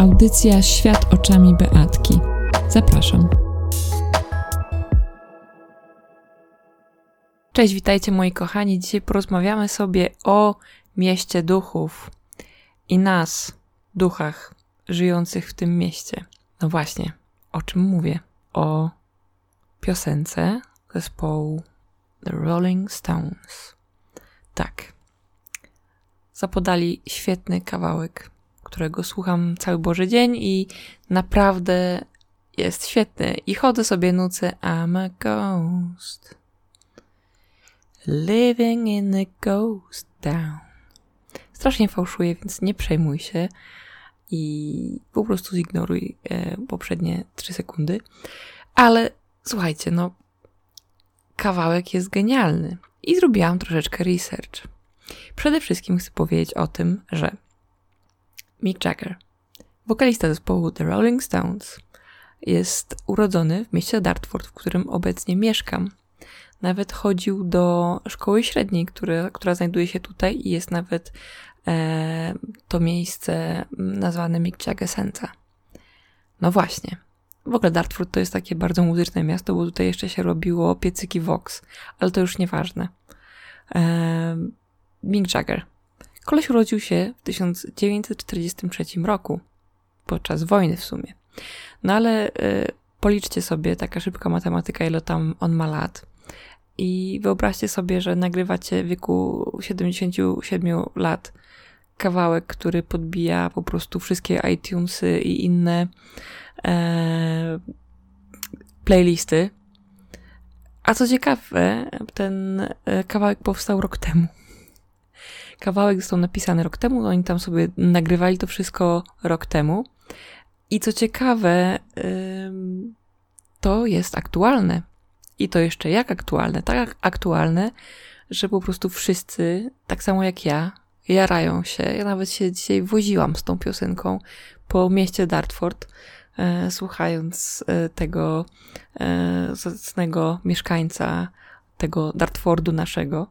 Audycja Świat oczami Beatki. Zapraszam. Cześć, witajcie moi kochani. Dzisiaj porozmawiamy sobie o mieście duchów i nas, duchach żyjących w tym mieście. No właśnie, o czym mówię? O piosence zespołu The Rolling Stones. Tak. Zapodali świetny kawałek, którego słucham cały Boży dzień i naprawdę jest świetny. I chodzę sobie nucę I'm a ghost, living in the ghost town. Strasznie fałszuję, więc nie przejmuj się i po prostu zignoruj poprzednie 3 sekundy. Ale słuchajcie, kawałek jest genialny i zrobiłam troszeczkę research. Przede wszystkim chcę powiedzieć o tym, że Mick Jagger, wokalista zespołu The Rolling Stones, jest urodzony w mieście Dartford, w którym obecnie mieszkam. Nawet chodził do szkoły średniej, która znajduje się tutaj i jest nawet to miejsce nazwane Mick Jagger Center. No właśnie. W ogóle Dartford to jest takie bardzo muzyczne miasto, bo tutaj jeszcze się robiło piecyki Vox, ale to już nieważne. Mick Jagger. Koleś urodził się w 1943 roku, podczas wojny w sumie. No ale policzcie sobie, taka szybka matematyka, ile tam on ma lat. I wyobraźcie sobie, że nagrywacie w wieku 77 lat kawałek, który podbija po prostu wszystkie iTunesy i inne playlisty. A co ciekawe, ten kawałek powstał rok temu. Kawałek został napisany rok temu, oni tam sobie nagrywali to wszystko rok temu. I co ciekawe, to jest aktualne. I to jeszcze jak aktualne? Tak aktualne, że po prostu wszyscy, tak samo jak ja, jarają się. Ja nawet się dzisiaj woziłam z tą piosenką po mieście Dartford, słuchając tego zacnego mieszkańca tego Dartfordu naszego.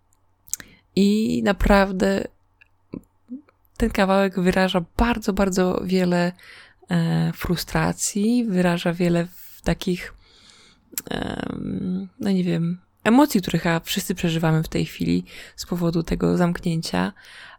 I naprawdę ten kawałek wyraża bardzo, bardzo wiele frustracji, wyraża wiele takich, emocji, które chyba wszyscy przeżywamy w tej chwili z powodu tego zamknięcia.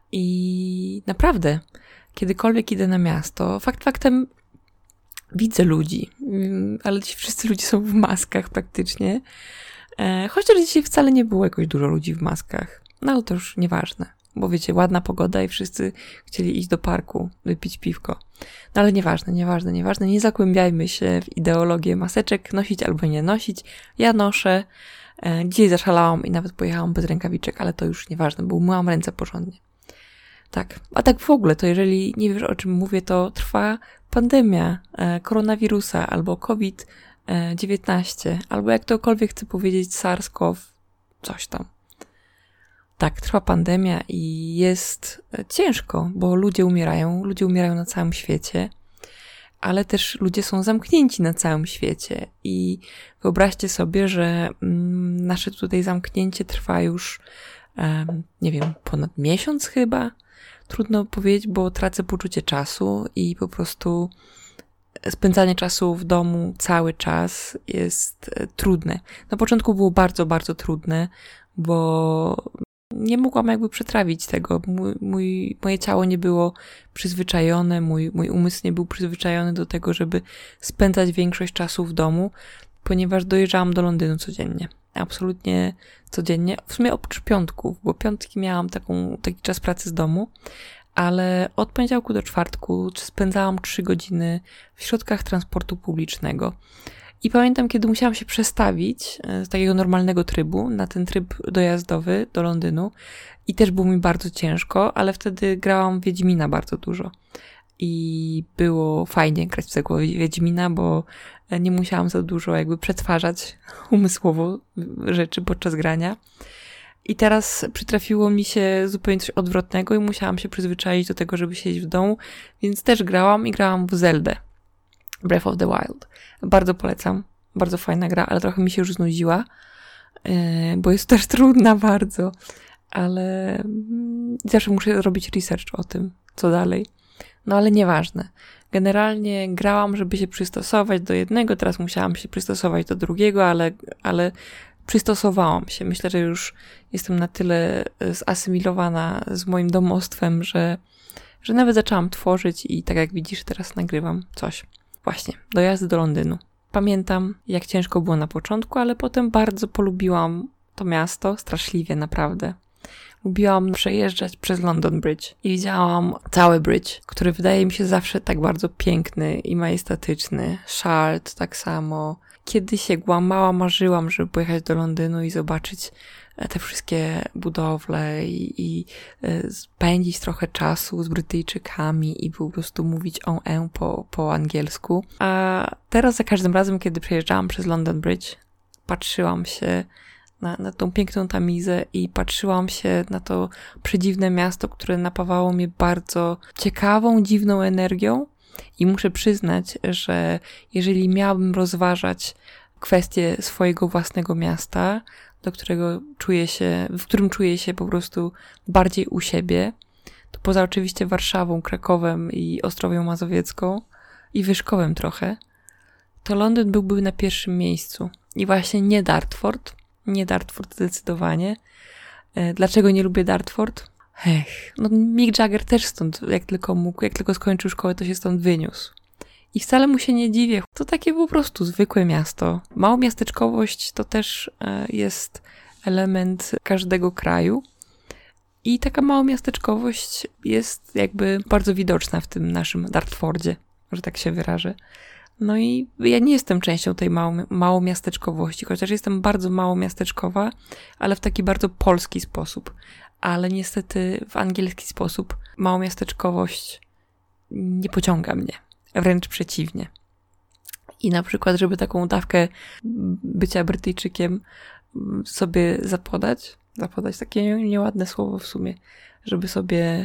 I naprawdę, kiedykolwiek idę na miasto, faktem widzę ludzi, ale ci wszyscy ludzie są w maskach praktycznie. Chociaż dzisiaj wcale nie było jakoś dużo ludzi w maskach. No ale to już nieważne, bo wiecie, ładna pogoda i wszyscy chcieli iść do parku, wypić piwko. No ale nieważne, nie zagłębiajmy się w ideologię maseczek, nosić albo nie nosić. Ja noszę, dzisiaj zaszalałam i nawet pojechałam bez rękawiczek, ale to już nieważne, bo umyłam ręce porządnie. Tak, a tak w ogóle, to jeżeli nie wiesz, o czym mówię, to trwa pandemia koronawirusa albo COVID-19, albo jak tokolwiek chcę powiedzieć SARS-CoV, coś tam. Tak, trwa pandemia i jest ciężko, bo ludzie umierają na całym świecie, ale też ludzie są zamknięci na całym świecie i wyobraźcie sobie, że nasze tutaj zamknięcie trwa już, ponad miesiąc chyba. Trudno powiedzieć, bo tracę poczucie czasu i po prostu spędzanie czasu w domu cały czas jest trudne. Na początku było bardzo, bardzo trudne, bo nie mogłam jakby przetrawić tego. Moje ciało nie było przyzwyczajone, mój umysł nie był przyzwyczajony do tego, żeby spędzać większość czasu w domu, ponieważ dojeżdżałam do Londynu codziennie. Absolutnie codziennie. W sumie oprócz piątków, bo piątki miałam taki czas pracy z domu, ale od poniedziałku do czwartku spędzałam 3 godziny w środkach transportu publicznego. I pamiętam, kiedy musiałam się przestawić z takiego normalnego trybu na ten tryb dojazdowy do Londynu i też było mi bardzo ciężko, ale wtedy grałam Wiedźmina bardzo dużo. I było fajnie grać w tego Wiedźmina, bo nie musiałam za dużo jakby przetwarzać umysłowo rzeczy podczas grania. I teraz przytrafiło mi się zupełnie coś odwrotnego i musiałam się przyzwyczaić do tego, żeby siedzieć w domu, więc też grałam w Zeldę. Breath of the Wild. Bardzo polecam. Bardzo fajna gra, ale trochę mi się już znudziła, bo jest też trudna bardzo, ale zawsze muszę robić research o tym, co dalej. No ale nieważne. Generalnie grałam, żeby się przystosować do jednego, teraz musiałam się przystosować do drugiego, ale przystosowałam się. Myślę, że już jestem na tyle zasymilowana z moim domostwem, że nawet zaczęłam tworzyć i tak jak widzisz, teraz nagrywam coś. Właśnie, dojazdy do Londynu. Pamiętam, jak ciężko było na początku, ale potem bardzo polubiłam to miasto, straszliwie naprawdę. Lubiłam przejeżdżać przez London Bridge i widziałam cały bridge, który wydaje mi się zawsze tak bardzo piękny i majestatyczny. Shard tak samo. Kiedyś jak byłam mała, marzyłam, żeby pojechać do Londynu i zobaczyć te wszystkie budowle i spędzić trochę czasu z Brytyjczykami i po prostu mówić po angielsku. A teraz za każdym razem, kiedy przejeżdżałam przez London Bridge, patrzyłam się na tą piękną tamizę i patrzyłam się na to przedziwne miasto, które napawało mnie bardzo ciekawą, dziwną energią i muszę przyznać, że jeżeli miałabym rozważać kwestię swojego własnego miasta, w którym czuję się po prostu bardziej u siebie, to poza oczywiście Warszawą, Krakowem i Ostrowią Mazowiecką i Wyszkowem trochę, to Londyn byłby na pierwszym miejscu. I właśnie nie Dartford zdecydowanie. Dlaczego nie lubię Dartford? No Mick Jagger też stąd, jak tylko skończył szkołę, to się stąd wyniósł. I wcale mu się nie dziwię. To takie po prostu zwykłe miasto. Małomiasteczkowość to też jest element każdego kraju. I taka małomiasteczkowość jest jakby bardzo widoczna w tym naszym Dartfordzie, że tak się wyrażę. No i ja nie jestem częścią tej małomiasteczkowości, chociaż jestem bardzo małomiasteczkowa, ale w taki bardzo polski sposób. Ale niestety w angielski sposób małomiasteczkowość nie pociąga mnie. Wręcz przeciwnie. I na przykład, żeby taką dawkę bycia Brytyjczykiem sobie zapodać takie nieładne słowo w sumie, żeby sobie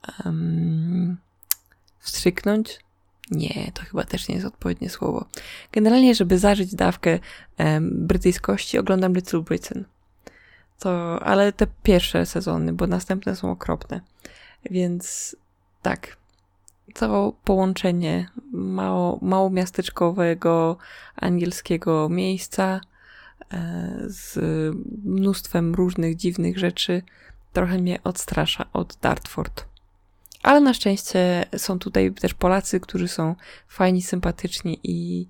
wstrzyknąć. Nie, to chyba też nie jest odpowiednie słowo. Generalnie, żeby zażyć dawkę brytyjskości, oglądam Little Britain. Ale te pierwsze sezony, bo następne są okropne. Więc tak, to połączenie małomiasteczkowego angielskiego miejsca z mnóstwem różnych dziwnych rzeczy trochę mnie odstrasza od Dartford. Ale na szczęście są tutaj też Polacy, którzy są fajni, sympatyczni i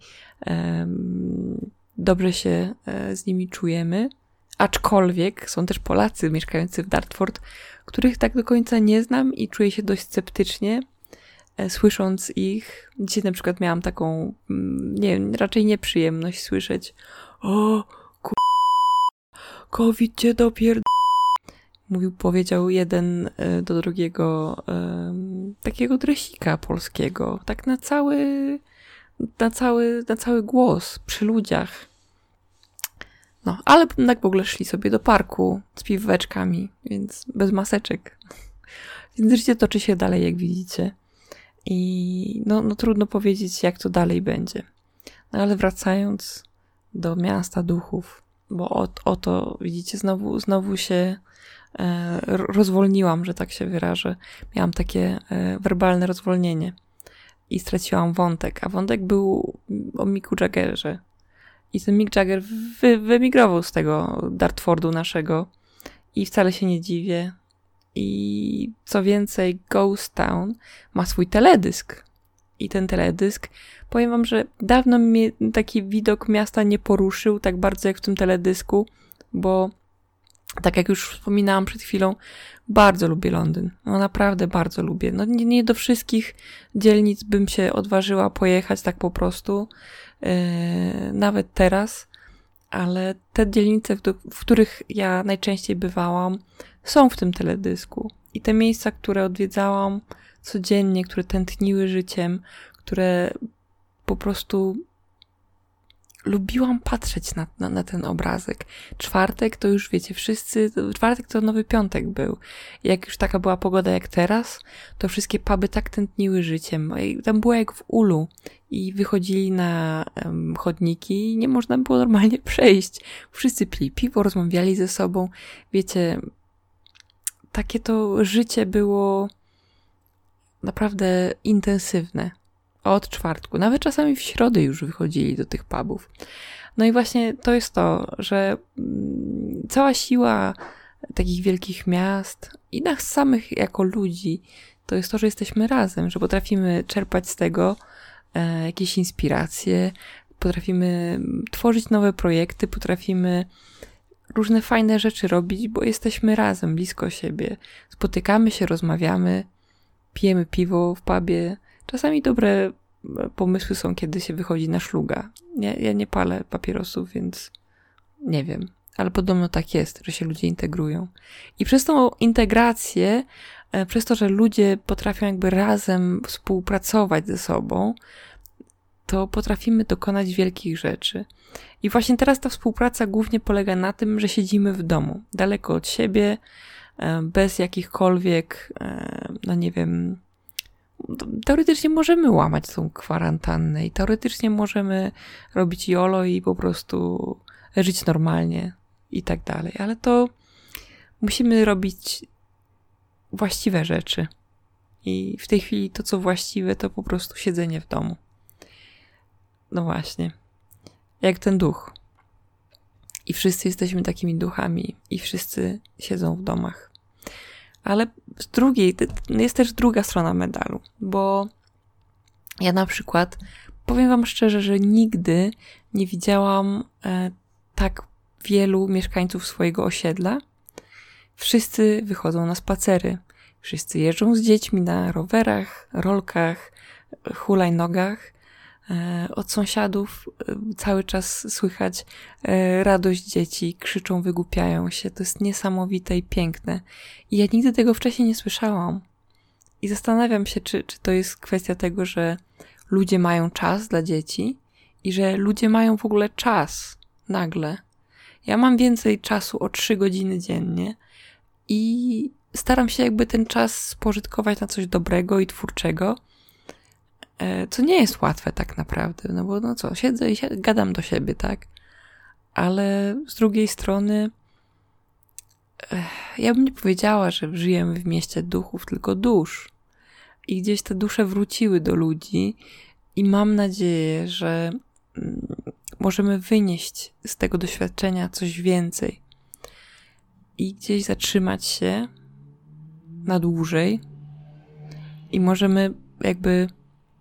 dobrze się z nimi czujemy. Aczkolwiek są też Polacy mieszkający w Dartford, których tak do końca nie znam i czuję się dość sceptycznie, słysząc ich. Dzisiaj na przykład miałam taką, raczej nieprzyjemność słyszeć: o, COVID cię powiedział jeden do drugiego takiego dresika polskiego, tak na cały głos, przy ludziach. No, ale tak w ogóle szli sobie do parku z piweczkami, więc bez maseczek. Więc życie toczy się dalej, jak widzicie. I no trudno powiedzieć, jak to dalej będzie. No ale wracając do miasta duchów, bo o to, widzicie, znowu się rozwolniłam, że tak się wyrażę. Miałam takie werbalne rozwolnienie i straciłam wątek, a wątek był o Micku Jaggerze. I ten Mick Jagger wyemigrował z tego Dartfordu naszego i wcale się nie dziwię. I co więcej, Ghost Town ma swój teledysk. I ten teledysk, powiem wam, że dawno mnie taki widok miasta nie poruszył tak bardzo jak w tym teledysku, bo tak jak już wspominałam przed chwilą, bardzo lubię Londyn. No naprawdę bardzo lubię. No nie do wszystkich dzielnic bym się odważyła pojechać tak po prostu, nawet teraz, ale te dzielnice, w których ja najczęściej bywałam, są w tym teledysku. I te miejsca, które odwiedzałam codziennie, które tętniły życiem, które po prostu lubiłam patrzeć na ten obrazek. Czwartek to już wiecie, czwartek to nowy piątek był. I jak już taka była pogoda jak teraz, to wszystkie puby tak tętniły życiem. I tam było jak w ulu. I wychodzili na chodniki i nie można było normalnie przejść. Wszyscy pili piwo, rozmawiali ze sobą. Wiecie, takie to życie było naprawdę intensywne. Od czwartku, nawet czasami w środę już wychodzili do tych pubów. No i właśnie to jest to, że cała siła takich wielkich miast i nas samych jako ludzi, to jest to, że jesteśmy razem, że potrafimy czerpać z tego jakieś inspiracje, potrafimy tworzyć nowe projekty, potrafimy różne fajne rzeczy robić, bo jesteśmy razem, blisko siebie. Spotykamy się, rozmawiamy, pijemy piwo w pubie. Czasami dobre pomysły są, kiedy się wychodzi na szluga. Ja nie palę papierosów, więc nie wiem. Ale podobno tak jest, że się ludzie integrują. I przez tą integrację, przez to, że ludzie potrafią jakby razem współpracować ze sobą, to potrafimy dokonać wielkich rzeczy. I właśnie teraz ta współpraca głównie polega na tym, że siedzimy w domu, daleko od siebie, bez jakichkolwiek, no nie wiem, teoretycznie możemy łamać tą kwarantannę i teoretycznie możemy robić YOLO i po prostu żyć normalnie i tak dalej, ale to musimy robić właściwe rzeczy. I w tej chwili to, co właściwe, to po prostu siedzenie w domu. No właśnie. Jak ten duch. I wszyscy jesteśmy takimi duchami i wszyscy siedzą w domach. Ale z drugiej, jest też druga strona medalu, bo ja na przykład, powiem wam szczerze, że nigdy nie widziałam tak wielu mieszkańców swojego osiedla. Wszyscy wychodzą na spacery. Wszyscy jeżdżą z dziećmi na rowerach, rolkach, hulajnogach. Od sąsiadów cały czas słychać radość dzieci, krzyczą, wygłupiają się. To jest niesamowite i piękne. I ja nigdy tego wcześniej nie słyszałam. I zastanawiam się, czy to jest kwestia tego, że ludzie mają czas dla dzieci i że ludzie mają w ogóle czas nagle. Ja mam więcej czasu o 3 godziny dziennie i staram się jakby ten czas spożytkować na coś dobrego i twórczego, co nie jest łatwe tak naprawdę, no bo no co, siedzę i gadam do siebie, tak? Ale z drugiej strony ja bym nie powiedziała, że żyjemy w mieście duchów, tylko dusz. I gdzieś te dusze wróciły do ludzi i mam nadzieję, że możemy wynieść z tego doświadczenia coś więcej i gdzieś zatrzymać się na dłużej i możemy jakby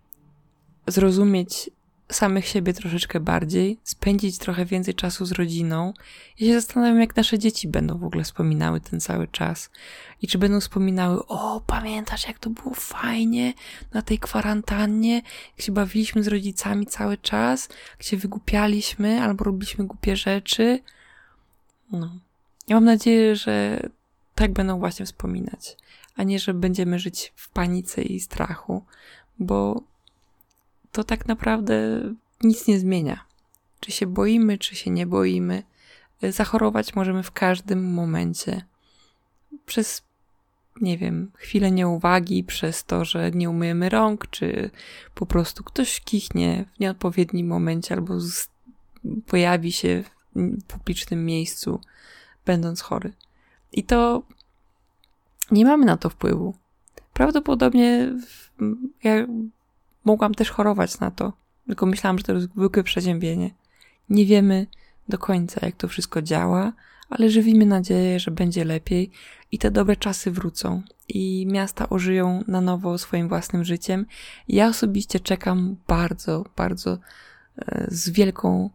zrozumieć samych siebie troszeczkę bardziej, spędzić trochę więcej czasu z rodziną. Ja się zastanawiam, jak nasze dzieci będą w ogóle wspominały ten cały czas. I czy będą wspominały, o, pamiętasz, jak to było fajnie na tej kwarantannie, jak się bawiliśmy z rodzicami cały czas, jak się wygłupialiśmy albo robiliśmy głupie rzeczy. No. Ja mam nadzieję, że tak będą właśnie wspominać, a nie, że będziemy żyć w panice i strachu, bo to tak naprawdę nic nie zmienia. Czy się boimy, czy się nie boimy. Zachorować możemy w każdym momencie. Przez, nie wiem, chwilę nieuwagi, przez to, że nie umyjemy rąk, czy po prostu ktoś kichnie w nieodpowiednim momencie albo pojawi się w publicznym miejscu, będąc chory. I to nie mamy na to wpływu. Prawdopodobnie ja mogłam też chorować na to, tylko myślałam, że to jest zwykłe przeziębienie. Nie wiemy do końca, jak to wszystko działa, ale żywimy nadzieję, że będzie lepiej i te dobre czasy wrócą i miasta ożyją na nowo swoim własnym życiem. Ja osobiście czekam bardzo, bardzo z wielką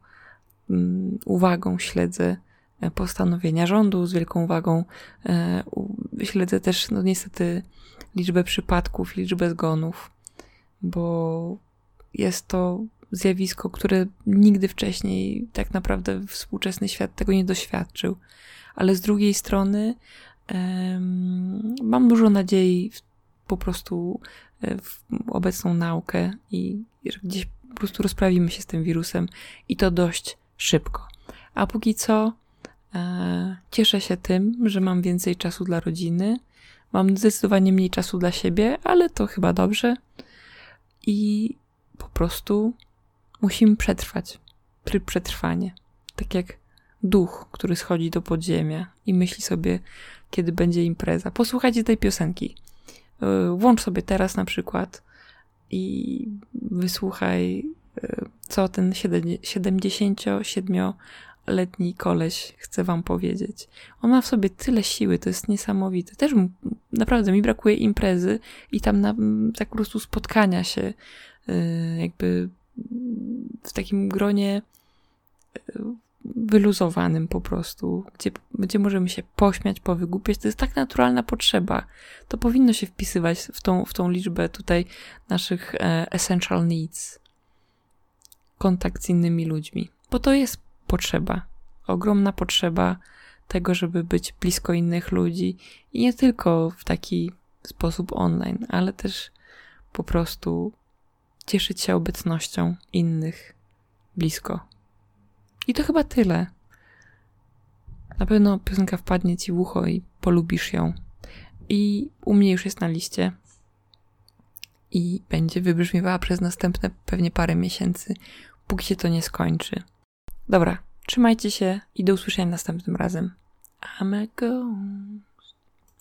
uwagą śledzę postanowienia rządu, z wielką uwagą śledzę też, no niestety, liczbę przypadków, liczbę zgonów, bo jest to zjawisko, które nigdy wcześniej tak naprawdę współczesny świat tego nie doświadczył. Ale z drugiej strony mam dużo nadziei po prostu w obecną naukę i że gdzieś po prostu rozprawimy się z tym wirusem i to dość szybko. A póki co cieszę się tym, że mam więcej czasu dla rodziny, mam zdecydowanie mniej czasu dla siebie, ale to chyba dobrze. I po prostu musimy przetrwać. Przetrwanie. Tak jak duch, który schodzi do podziemia i myśli sobie, kiedy będzie impreza. Posłuchajcie tej piosenki. Włącz sobie teraz na przykład i wysłuchaj, co ten 77-letni koleś chce wam powiedzieć. On ma w sobie tyle siły, to jest niesamowite. Też naprawdę mi brakuje imprezy i tam tak po prostu spotkania się jakby w takim gronie wyluzowanym po prostu, gdzie możemy się pośmiać, powygłupiać. To jest tak naturalna potrzeba. To powinno się wpisywać w tą liczbę tutaj naszych essential needs. Kontakt z innymi ludźmi. Bo to jest potrzeba. Ogromna potrzeba tego, żeby być blisko innych ludzi i nie tylko w taki sposób online, ale też po prostu cieszyć się obecnością innych blisko. I to chyba tyle. Na pewno piosenka wpadnie ci w ucho i polubisz ją. I u mnie już jest na liście. I będzie wybrzmiewała przez następne pewnie parę miesięcy, póki się to nie skończy. Dobra, trzymajcie się i do usłyszenia następnym razem. I'm a go.